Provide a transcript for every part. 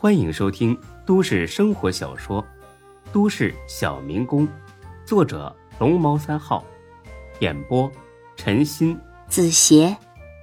欢迎收听都市生活小说《都市小民工》，作者龙猫3号，演播陈鑫、 子邪。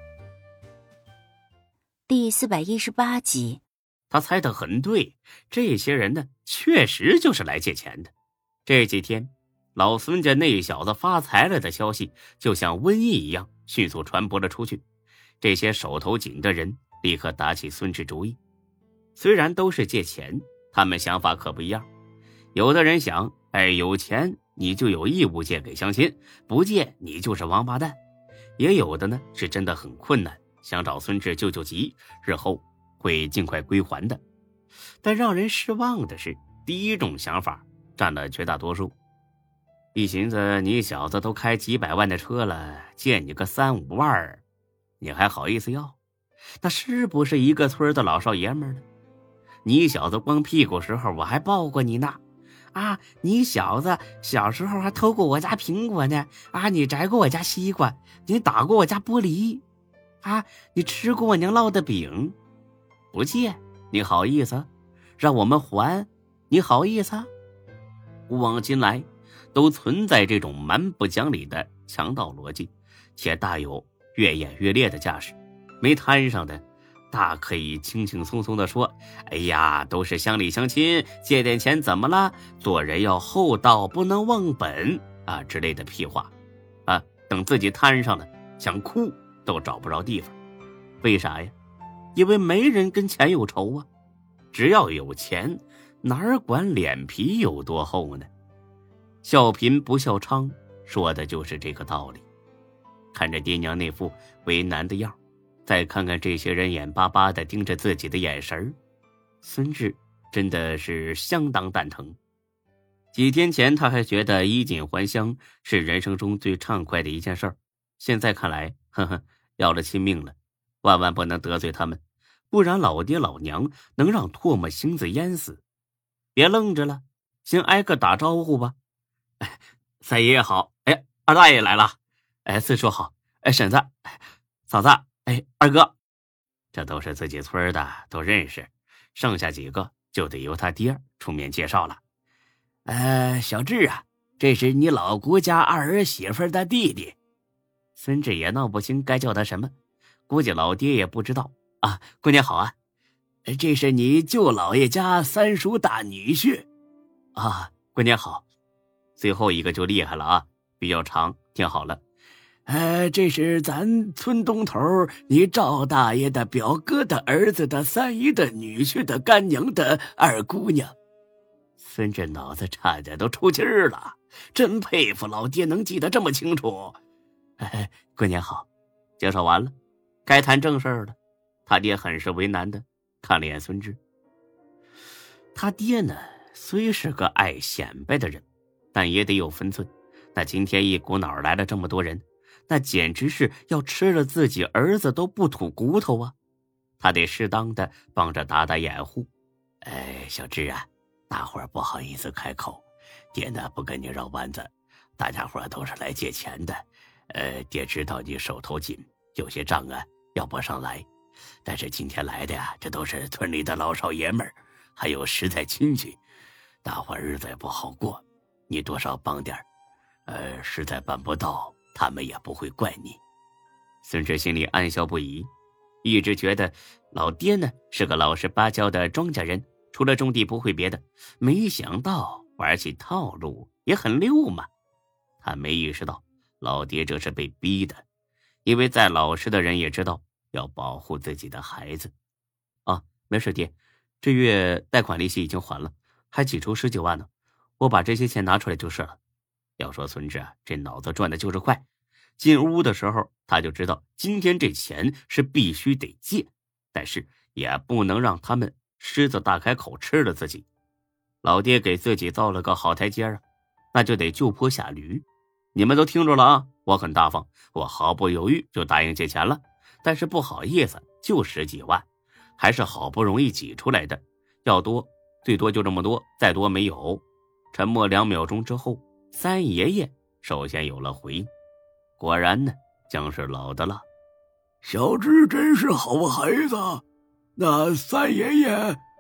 第418集。 他猜得很对，这些人呢，确实就是来借钱的。这几天，老孙家那小子发财了的消息，就像瘟疫一样迅速传播了出去。这些手头紧的人立刻打起孙志主意。虽然都是借钱，他们想法可不一样。有的人想，有钱你就有义务借给乡亲，不借你就是王八蛋。也有的呢，是真的很困难，想找孙志救救急，日后会尽快归还的。但让人失望的是，第一种想法占了绝大多数。一寻思，你小子都开几百万的车了，借你个3、5万，你还好意思要？那是不是一个村的老少爷们呢？你小子光屁股时候我还抱过你呢，你小子小时候还偷过我家苹果呢，你摘过我家西瓜，你打过我家玻璃，你吃过我娘烙的饼，不借你好意思？让我们还你好意思？古往今来都存在这种蛮不讲理的强盗逻辑，且大有越演越烈的架势。没摊上的大可以轻轻松松地说，都是乡里乡亲，借点钱怎么了？做人要厚道，不能忘本之类的屁话等自己摊上了，想哭都找不着地方。为啥呀？因为没人跟钱有仇啊。只要有钱，哪管脸皮有多厚呢？笑贫不笑娼，说的就是这个道理。看着爹娘那副为难的样，再看看这些人眼巴巴地盯着自己的眼神，孙志真的是相当蛋疼。几天前他还觉得衣锦还乡是人生中最畅快的一件事，现在看来要了亲命了，万万不能得罪他们，不然老爹老娘能让唾沫星子淹死。别愣着了，先挨个打招呼吧。三爷爷好，二大爷来了，四叔好，婶子，嫂子，二哥，这都是自己村的，都认识，剩下几个就得由他爹出面介绍了。小志啊，这是你老姑家二儿媳妇的弟弟。孙志也闹不清该叫他什么，估计老爹也不知道姑娘好啊。这是你舅老爷家3叔大女婿。姑娘好。最后一个就厉害了比较长，听好了。这是咱村东头你赵大爷的表哥的儿子的3姨的女婿的干娘的二姑娘。孙志脑子差点都出气儿了，真佩服老爹能记得这么清楚。姑娘好。介绍完了，该谈正事了。他爹很是为难的看了眼孙志。他爹呢，虽是个爱显摆的人，但也得有分寸。那今天一股脑来了这么多人，那简直是要吃了自己儿子都不吐骨头啊！他得适当的帮着打打掩护。小志啊，大伙儿不好意思开口，爹呢不跟你绕弯子，大家伙都是来借钱的。爹知道你手头紧，有些账要不上来，但是今天来的这都是村里的老少爷们儿，还有实在亲戚，大伙日子也不好过，你多少帮点实在办不到，他们也不会怪你。孙志心里暗笑不已，一直觉得老爹呢是个老实巴交的庄稼人，除了种地不会别的，没想到玩起套路也很溜嘛。他没意识到老爹这是被逼的，因为再老实的人也知道要保护自己的孩子。没事爹，这月贷款利息已经还了，还挤出19万呢，我把这些钱拿出来就是了。要说孙志这脑子转的就是快，进屋的时候他就知道今天这钱是必须得借，但是也不能让他们狮子大开口吃了自己。老爹给自己造了个好台阶那就得就坡下驴。你们都听着了我很大方，我毫不犹豫就答应借钱了，但是不好意思，就10几万，还是好不容易挤出来的，要多最多就这么多，再多没有。沉默2秒钟之后，三爷爷首先有了回应。果然呢，将是老的了。 小志真是好孩子，那三爷爷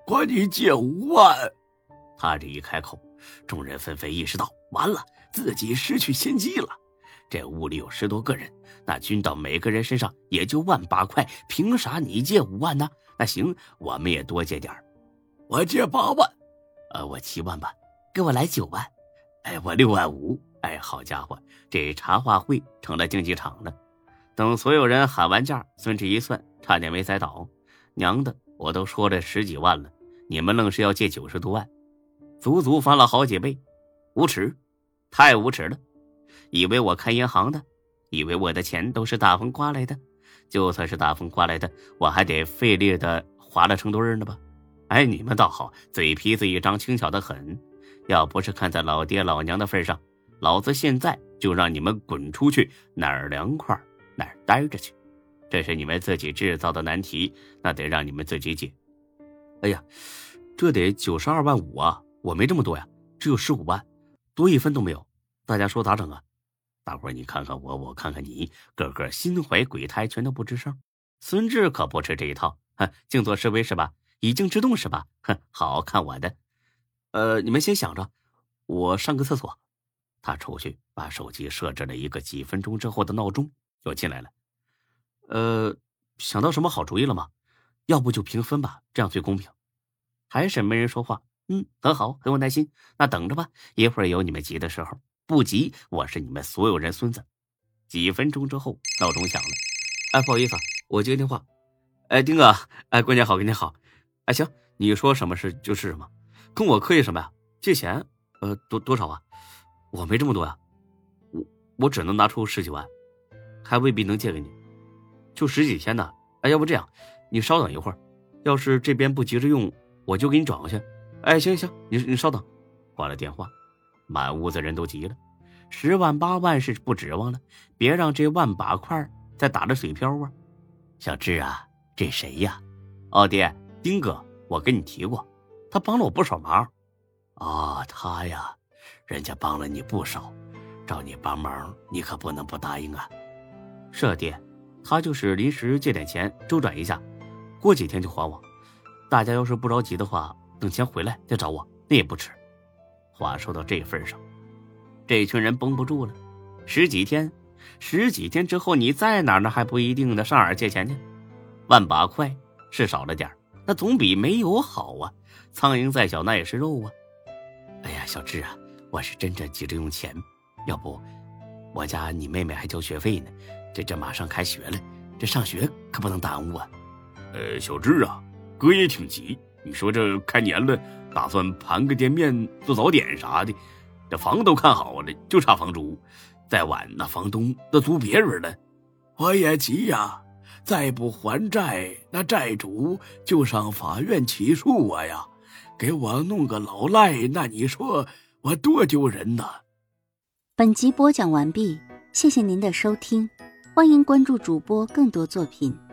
管你借5万。 他这一开口，众人纷纷意识到，完了，自己失去先机了。这屋里有10多个人，那均到每个人身上也就18000块，凭啥你借5万呢？那行，我们也多借点。 我借8万。 我7万吧。给我来9万。我6万5。好家伙，这茶话会成了竞技场了。等所有人喊完价，孙志一算，差点没栽倒。娘的，我都说了10几万了，你们愣是要借90多万，足足翻了好几倍，无耻，太无耻了！以为我开银行的，以为我的钱都是大风刮来的，就算是大风刮来的，我还得费力的划了成堆儿呢吧？你们倒好，嘴皮子一张，轻巧的很。要不是看在老爹老娘的份上，老子现在就让你们滚出去，哪儿凉快哪儿待着去。这是你们自己制造的难题，那得让你们自己解。这得92万5啊，我没这么多呀，只有15万，多1分都没有。大家说咋整啊？大伙儿你看看我，我看看你，个个心怀鬼胎，全都不吱声。孙志可不吃这一套，静坐示威是吧？以静制动是吧？好看我的。你们先想着，我上个厕所。他出去把手机设置了一个几分钟之后的闹钟，又进来了。想到什么好主意了吗？要不就平分吧，这样最公平。还是没人说话。很好，很有耐心。那等着吧，一会儿有你们急的时候。不急，我是你们所有人孙子。几分钟之后，闹钟响了。不好意思，我接个电话。丁哥，过年好，过年好。行，你说什么事就是什么。跟我客气什么呀？借钱？多少啊？我没这么多呀，我只能拿出10几万，还未必能借给你，就10几天呢。要不这样，你稍等一会儿，要是这边不急着用，我就给你转过去。行，你稍等。挂了电话，满屋子人都急了，10万8万是不指望了，别让这180块再打着水漂啊！小志啊，这谁呀？爹，丁哥，我跟你提过，他帮了我不少忙。他呀。人家帮了你不少，找你帮忙，你可不能不答应啊。是啊，爹，他就是临时借点钱周转一下，过几天就还我。大家要是不着急的话，等钱回来再找我，那也不迟。话说到这份上，这群人绷不住了。十几天之后你在哪儿呢还不一定呢，上哪儿借钱去？180块是少了点，那总比没有好啊。苍蝇再小那也是肉啊。小志啊，我是真正急着用钱，要不我家你妹妹还交学费呢，这马上开学了，这上学可不能耽误啊。 小志啊，哥也挺急，你说这开年了，打算盘个店面做早点啥的，这房都看好了，就差房租，再晚那房东那租别人了。我也急呀，再不还债，那债主就上法院起诉我呀，给我弄个老赖，那你说我多丢人呐。 本集播讲完毕，谢谢您的收听，欢迎关注主播更多作品。